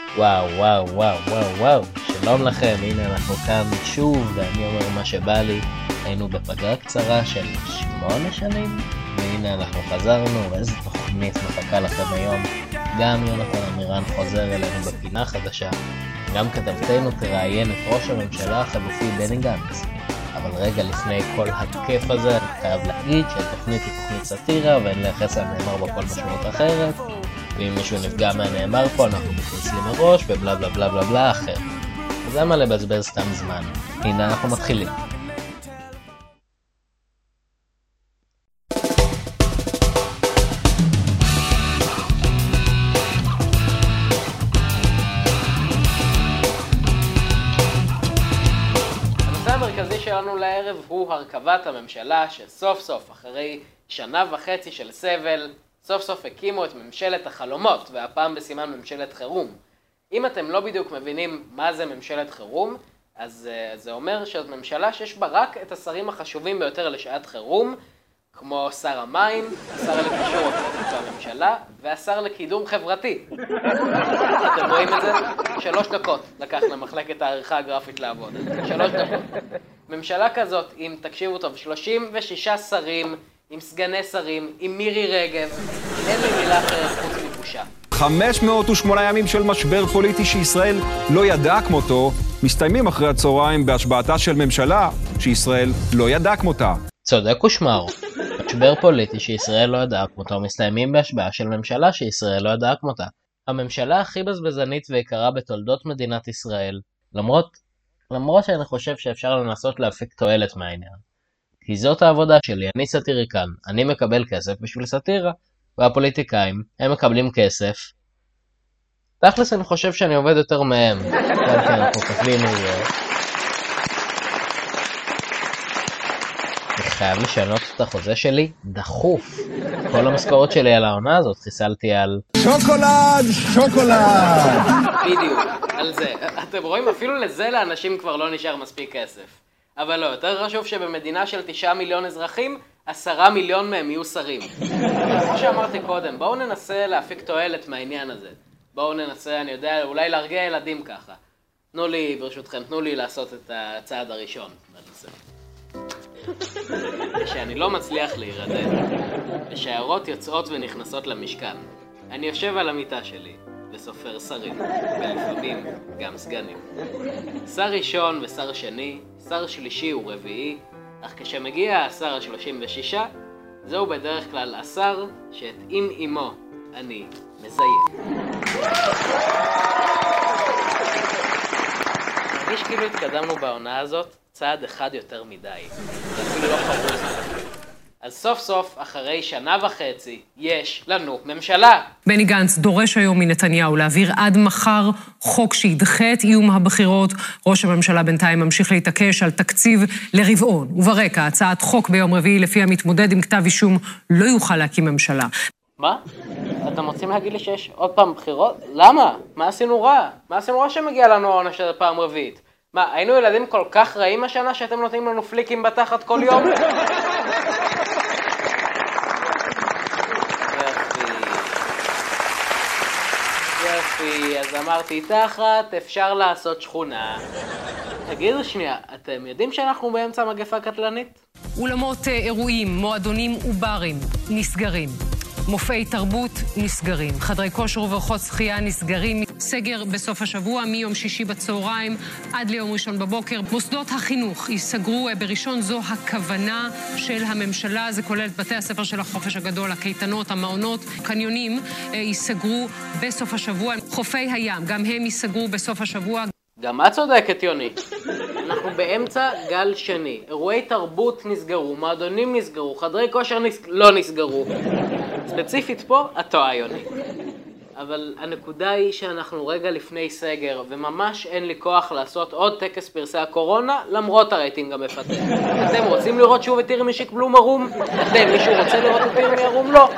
וואו וואו וואו וואו וואו, שלום לכם, הנה אנחנו כאן שוב ואני אומר מה שבא לי. היינו בפגרה קצרה של 8 שנים והנה אנחנו חזרנו, ואיזה תוכנית מחכה לכם היום. גם יונתן אמירן חוזר אלינו בפינה חדשה, גם כתבתנו תראיין את ראש הממשלה החלופי בני גנץ. אבל רגע לפני כל הכיף הזה אני חייב להגיד שהתוכנית היא תוכנית סאטירה ואין לייחס על נאמר בכל משמעות אחרת, ואם מישהו נפגע מהנאמר פה אנחנו מתנצלים מראש ובלה בלה בלה בלה בלה אחר. אז למה לבזבז סתם זמן? הנה אנחנו מתחילים. הנושא המרכזי שלנו לערב הוא הרכבת הממשלה, שסוף סוף אחרי 1.5 שנה של סבל סוף סוף הקימו את ממשלת החלומות, והפעם בסימן ממשלת חירום. אם אתם לא בדיוק מבינים מה זה ממשלת חירום, אז זה אומר שזאת ממשלה שיש בה רק את השרים החשובים ביותר לשעת חירום, כמו שר המים, השר לקישור הפרטית והממשלה, והשר לקידום חברתי. אתם רואים את זה? 3 דקות לקח למחלקת העריכה הגרפית לעבוד. 3 דקות. ממשלה כזאת, אם תקשיבו טוב, 36 שרים, עם סגני שרים, עם מירי רגב, אין לי מילה אחרת חוץ מבושה. 508 ימים של משבר פוליטי שישראל לא ידעה כמותו, מסתיימים אחרי הצהריים בהשבעתה של ממשלה שישראל לא ידעה כמותה. צודק ושמר. משבר פוליטי שישראל לא ידעה כמותו מסתיימים בהשבעה של ממשלה שישראל לא ידעה כמותה. הממשלה הכי בזבזנית ויקרה בתולדות מדינת ישראל, למרות שאני חושב שאפשר לנסות להפיק תועלת מהעניין. כי זאת העבודה שלי, אני סאטיריקן, אני מקבל כסף בשביל סאטירה, והפוליטיקאים, הם מקבלים כסף. תכלס אני חושב שאני עובד יותר מהם, כי אנחנו כותבים את אני חייב לשנות את החוזה שלי דחוף. כל המשכורת שלי על העונה הזאת חיסלתי על שוקולד, שוקולד! בדיוק, על זה. אתם רואים, אפילו לזה לאנשים כבר לא נשאר מספיק כסף. אבל לא, יותר חשוב שבמדינה של 9 מיליון אזרחים, 10 מיליון מהם יהיו שרים. כמו שאמרתי קודם, בואו ננסה להפיק תועלת מהעניין הזה. בואו ננסה, אני יודע, אולי להרגיע ילדים ככה. תנו לי, ברשותכם, תנו לי לעשות את הצעד הראשון בנושא. כשאני לא מצליח להירדם, ושהערות יוצאות ונכנסות למשכן, אני יושב על המיטה שלי וסופר שרים, ולפעמים גם סגנים. שר ראשון ושר שני, שר שלישי ורביעי, אך כשמגיע השר ה-36, זהו בדרך כלל השר שאת אימו אני מזיין. מרגיש כאילו התקדמנו בעונה הזאת צעד אחד יותר מדי, אפילו לא חרוז. אז סוף סוף, אחרי 1.5 שנה, יש לנו ממשלה. בני גנץ דורש היום מנתניהו להעביר עד מחר חוק שידחה את איום הבחירות. ראש הממשלה בינתיים ממשיך להתעקש על תקציב לרבעון. וברקע, הצעת חוק ביום רביעי לפי המתמודד עם כתב אישום לא יוכל להקים ממשלה. מה? אתם רוצים להגיד לי שיש עוד פעם בחירות? למה? מה עשינו רע? מה עשינו רע שמגיע לנו העונש של פעם רביעית? מה, היינו ילדים כל כך רעים השנה שאתם נותנים לנו פליקים בתחת כל יום? יופי, אז אמרתי תחת, אפשר לעשות שכונה. תגידו שנייה, אתם יודעים שאנחנו באמצע מגפה קטלנית? אולמות אירועים, מועדונים וברים נסגרים. מופעי תרבות נסגרים. חדרי כושר ובריכות שחייה נסגרים. סגר בסוף השבוע מיום שישי בצהריים עד ליום ראשון בבוקר. מוסדות החינוך ייסגרו בראשון, זו הכוונה של הממשלה. זה כולל את בתי הספר של החופש הגדול, הקייטנות, המעונות, קניונים ייסגרו בסוף השבוע. חופי הים, גם הם ייסגרו בסוף השבוע. גם את צודקת, יוני. אנחנו באמצע גל שני. אירועי תרבות נסגרו, מועדונים נסגרו, חדרי כושר לא נסגרו. ספציפית פה, התועה, יוני. אבל הנקודה היא שאנחנו רגע לפני סגר, וממש אין לי כוח לעשות עוד טקס פרסי הקורונה, למרות הרייטינג המפתה. אתם רוצים לראות שוב את ירמי שיקבלום ערום? אתם, מישהו רוצה לראות את ירמי ערום? לא.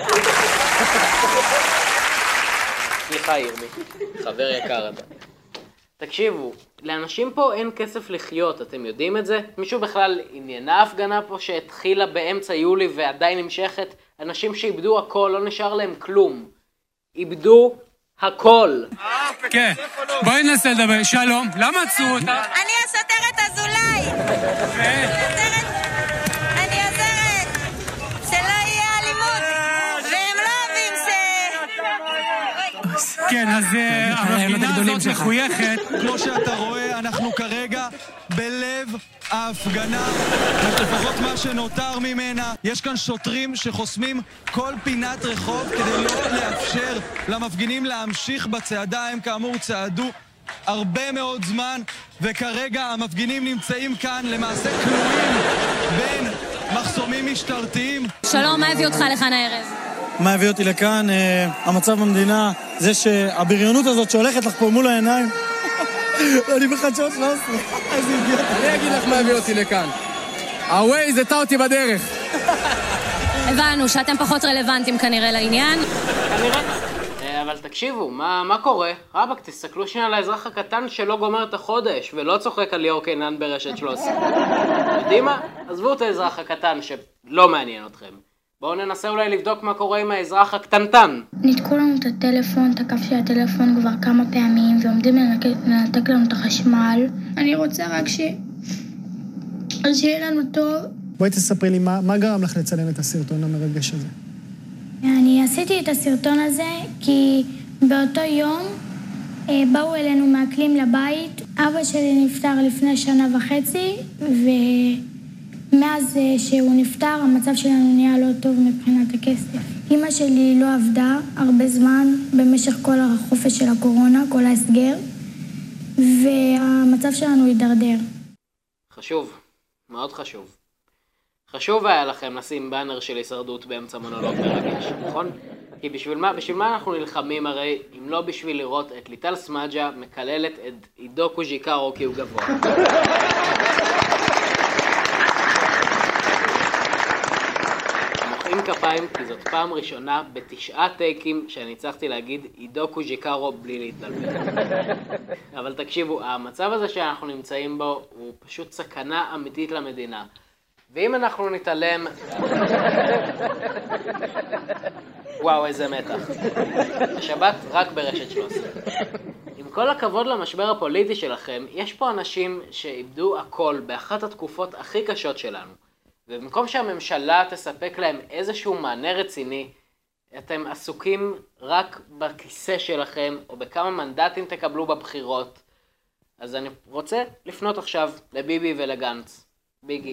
סליחה, ירמי. חבר יקר אתה. תקשיבו, לאנשים פה אין כסף לחיות, אתם יודעים את זה? מישהו בכלל עניינה הפגנה פה שהתחילה באמצע יולי ועדיין נמשכת? אנשים שאיבדו הכל, לא נשאר להם כלום. איבדו הכל. כן, בואי ננסה לדבר. שלום, למה עצרו אותה? אני השוטרת אזולאי. אני עוזרת. שלא יהיה אלימות. והם לא אוהבים כן, אז המפגינה הזאת מחויכת. כמו שאתה רואה, אנחנו כרגע בלב ההפגנה, לפחות מה שנותר ממנה. יש כאן שוטרים שחוסמים כל פינת רחוב כדי לא לאפשר למפגינים להמשיך בצעדה. הם כאמור צעדו הרבה מאוד זמן, וכרגע המפגינים נמצאים כאן למעשה כלואים בין מחסומים משטרתיים. שלום, מה הביא אותך לכאן הערב? מה הביא אותי לכאן? המצב במדינה, זה שהבריונות הזאת שהולכת לך פה מול העיניים. אני בחדשות 13, איזה אידיוט. אני אגיד לך מה הביא אותי לכאן. הווייז הטע אותי בדרך. הבנו שאתם פחות רלוונטיים כנראה לעניין. כנראה. אבל תקשיבו, מה קורה? רבק, תסתכלו שנייה על האזרח הקטן שלא גומר את החודש ולא צוחק על ליאור קינן ברשת 13. יודעים מה? עזבו את האזרח הקטן שלא מעניין אתכם. בואו ננסה אולי לבדוק מה קורה עם האזרח הקטנטן. ניתקו לנו את הטלפון, את הקו של הטלפון כבר כמה פעמים, ועומדים לנתק לנו את החשמל. אני רוצה רק שיהיה לנו טוב. בואי תספרי לי, מה גרם לך לצלם את הסרטון המרגש הזה? אני עשיתי את הסרטון הזה כי באותו יום באו אלינו מעקלים לבית. אבא שלי נפטר לפני 1.5 שנה, ומאז שהוא נפטר המצב שלנו נהיה לא טוב מבחינת הכסף. אמא שלי לא עבדה הרבה זמן במשך כל החופש של הקורונה, כל ההסגר, והמצב שלנו הידרדר. חשוב, מאוד חשוב. חשוב היה לכם לשים באנר של הישרדות באמצע מונולוג מרגש, נכון? כי בשביל מה אנחנו נלחמים הרי אם לא בשביל לראות את ליטל סמאג'ה מקללת את עידו קוז'יקרו כי הוא גבוה. מוחאים כפיים כי זאת פעם ראשונה ב9 טייקים שאני הצלחתי להגיד עידו קוז'יקרו בלי להתבלבל. אבל תקשיבו, המצב הזה שאנחנו נמצאים בו הוא פשוט סכנה אמיתית למדינה. ואם אנחנו נתעלם... וואו, איזה מתח. השבת רק ברשת 13. עם כל הכבוד למשבר הפוליטי שלכם, יש פה אנשים שאיבדו הכל באחת התקופות הכי קשות שלנו. ובמקום שהממשלה תספק להם איזשהו מענה רציני, אתם עסוקים רק בכיסא שלכם, או בכמה מנדטים תקבלו בבחירות. אז אני רוצה לפנות עכשיו לביבי ולגנץ. ביגי.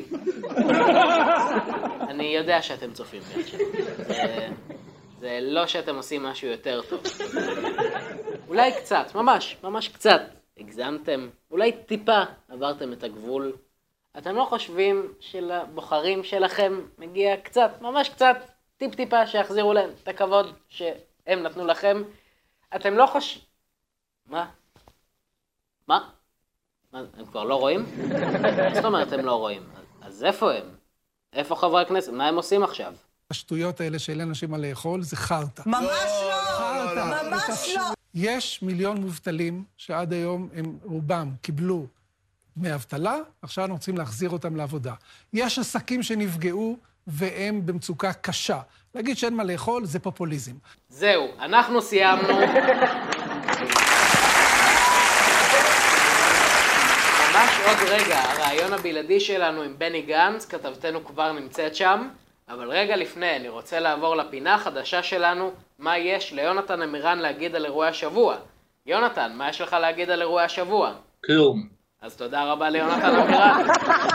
אני יודע שאתם צופים בהמשך. זה לא שאתם עושים משהו יותר טוב. אולי קצת, ממש קצת. הגזמתם, אולי טיפה עברתם את הגבול. אתם לא חושבים שלבוחרים שלכם מגיע קצת, ממש קצת, טיפה שיחזירו להם את הכבוד שהם נתנו לכם? אתם לא מה? הם כבר לא רואים? זאת אומרת, הם לא רואים. אז איפה הם? איפה חברי הכנסת? מה הם עושים עכשיו? השטויות האלה שאין לאנשים מה לאכול זה חרטה. ממש לא! ממש לא! יש 1,000,000 מובטלים שעד היום הם רובם קיבלו דמי אבטלה, עכשיו אנחנו רוצים להחזיר אותם לעבודה. יש עסקים שנפגעו והם במצוקה קשה. להגיד שאין מה לאכול זה פופוליזם. זהו, אנחנו סיימנו. ממש עוד רגע, הרעיון הבלעדי שלנו עם בני גנץ, כתבתנו כבר נמצאת שם, אבל רגע לפני, אני רוצה לעבור לפינה החדשה שלנו, מה יש ליונתן אמירן להגיד על אירועי השבוע. יונתן, מה יש לך להגיד על אירועי השבוע? כלום. אז תודה רבה ליונתן אמירן.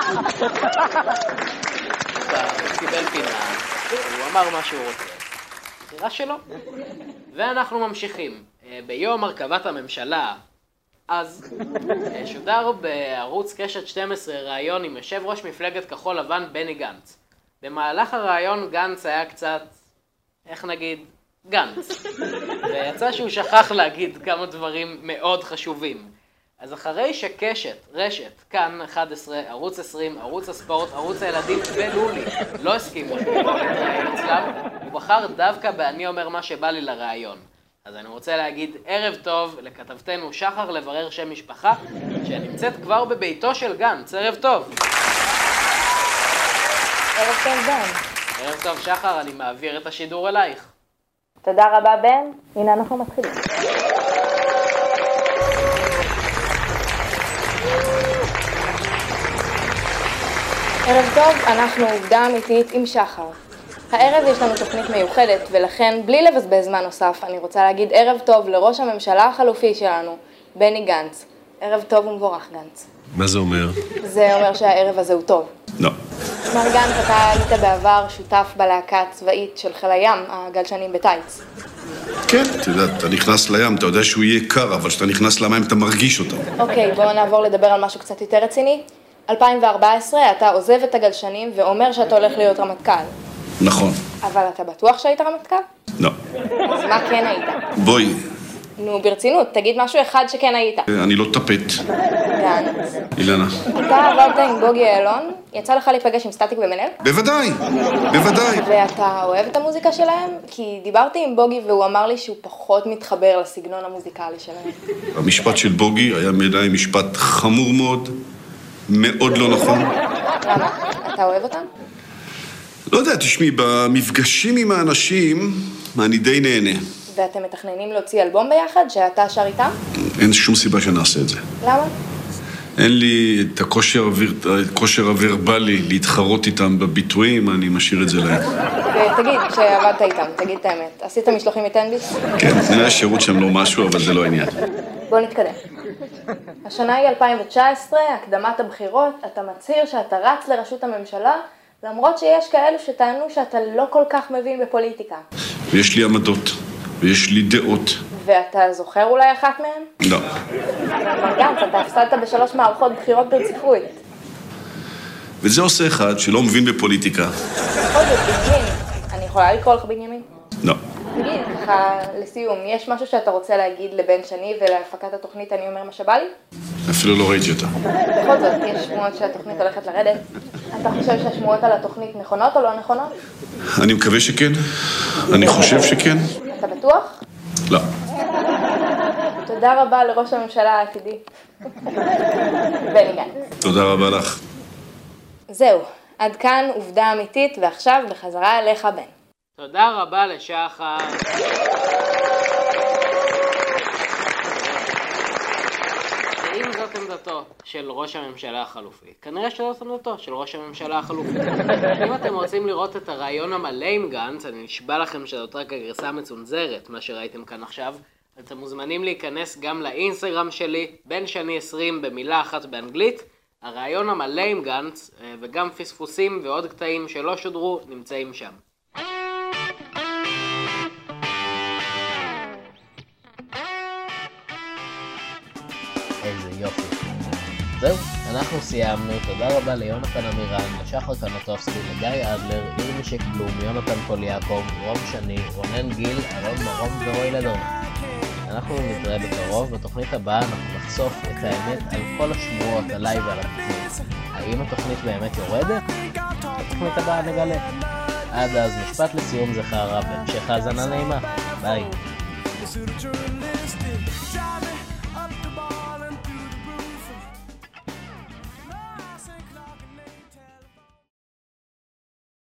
הוא קיבל פינה, הוא אמר מה שהוא רוצה. נראה שלא. ואנחנו ממשיכים. ביום הרכבת הממשלה, אז שודר בערוץ קשת 12 ראיון עם יושב ראש מפלגת כחול לבן בני גנץ. במהלך הראיון גנץ היה קצת, איך נגיד, גנץ. ויצא שהוא שכח להגיד כמה דברים מאוד חשובים. אז אחרי שקשת, רשת, כאן 11, ערוץ 20, ערוץ הספורט, ערוץ הילדים ולולי לא הסכימו להתראיין אצלם, הוא בחר דווקא באני אומר מה שבא לי לראיון. אז אני רוצה להגיד ערב טוב לכתבתנו שחר לברר שם משפחה, שנמצאת כבר בביתו של גנץ. ערב טוב. ערב טוב גן. ערב טוב שחר, אני מעביר את השידור אלייך. תודה רבה בן, הנה אנחנו מתחילים. ערב טוב, אנחנו עובדה אמיתית עם שחר. הערב יש לנו תוכנית מיוחדת, ולכן בלי לבזבז זמן נוסף, אני רוצה להגיד ערב טוב לראש הממשלה החלופי שלנו, בני גנץ. ערב טוב ומבורך גנץ. מה זה אומר? זה אומר שהערב הזה הוא טוב. לא. מר גנץ, אתה היית בעבר שותף בלהקה הצבאית של חיל הים, הגלשנים בטייץ. כן, אתה יודע, אתה נכנס לים, אתה יודע שהוא יהיה קר, אבל כשאתה נכנס למים אתה מרגיש אותו. אוקיי, בואו נעבור לדבר על משהו קצת יותר רציני. 2014, אתה עוזב את הגלשנים ואומר שאתה הולך להיות רמטכ"ל. נכון. אבל אתה בטוח שהיית רמטכ"ל? לא. אז מה כן היית? בואי. נו, ברצינות, תגיד משהו אחד שכן היית. אני לא טפט. גנץ. אילנה. אתה עבדת עם בוגי יעלון? יצא לך להיפגש עם סטטיק ומנהל? בוודאי, בוודאי. ואתה אוהב את המוזיקה שלהם? כי דיברתי עם בוגי והוא אמר לי שהוא פחות מתחבר לסגנון המוזיקלי שלהם. המשפט של בוגי היה בעיניי משפט חמור מאוד, מאוד לא נכון. למה? אתה אוהב אותם? לא יודע, תשמעי, במפגשים עם האנשים אני די נהנה. ואתם מתכננים להוציא אלבום ביחד שאתה שר איתם? אין שום סיבה שנעשה את זה. למה? אין לי את הכושר הוורבלי להתחרות איתם בביטויים, אני משאיר את זה להם. ותגיד, כשעבדת איתם, תגיד את האמת, עשית משלוחים מטנביס? כן, זה היה שירות שם לא משהו, אבל זה לא העניין. בוא נתקדם. השנה היא 2019, הקדמת הבחירות, אתה מצהיר שאתה רץ לראשות הממשלה, למרות שיש כאלו שטענו שאתה לא כל כך מבין בפוליטיקה. ויש לי עמדות, ויש לי דעות. ואתה זוכר אולי אחת מהן? לא. מר גנץ, אתה הפסדת ב3 מערכות בחירות ברציפות. וזה עושה אחד שלא מבין בפוליטיקה. בכל זאת, בנימין, אני יכולה לקרוא לך בנימין? לא. תגיד, ככה, לסיום, יש משהו שאתה רוצה להגיד לבן שני ולהפקת התוכנית אני אומר מה שבא לי? אפילו לא ראיתי אותה. בכל זאת, יש שמועות שהתוכנית הולכת לרדת. אתה חושב שהשמועות על התוכנית נכונות או לא נכונות? אני מקווה שכן. אני חושב שכן. אתה בטוח? לא. תודה רבה לראש הממשלה העתידי. בני גנץ. תודה רבה לך. זהו, עד כאן עובדה אמיתית, ועכשיו בחזרה אליך בן. תודה רבה לשחר. ואם זאת עמדתו של ראש הממשלה החלופי, כנראה שזאת עמדתו של ראש הממשלה החלופי. אם אתם רוצים לראות את הרעיון המלא עם גנץ, אני נשבע לכם שזאת רק הגרסה המצונזרת, מה שראיתם כאן עכשיו. אתם מוזמנים להיכנס גם לאינסטגרם שלי, בן שני 20 במילה אחת באנגלית. הרעיון המלא עם גנץ, וגם פספוסים ועוד קטעים שלא שודרו, נמצאים שם. איזה יופי. זהו, אנחנו סיימנו. תודה רבה ליונתן אמירן, לשחר קנוטובסקי, לגיא אדלר, ירמישק בלום, יונתן פול יעקב, רום שני, רונן גיל, אלון מרום ורועי לדון. אנחנו נתראה בקרוב. בתוכנית הבאה אנחנו נחשוף את האמת על כל השמועות עליי ועל התוכנית. האם התוכנית באמת יורדת? בתוכנית הבאה נגלה. עד אז, משפט לסיום זכרה, בהמשך האזנה נעימה. ביי.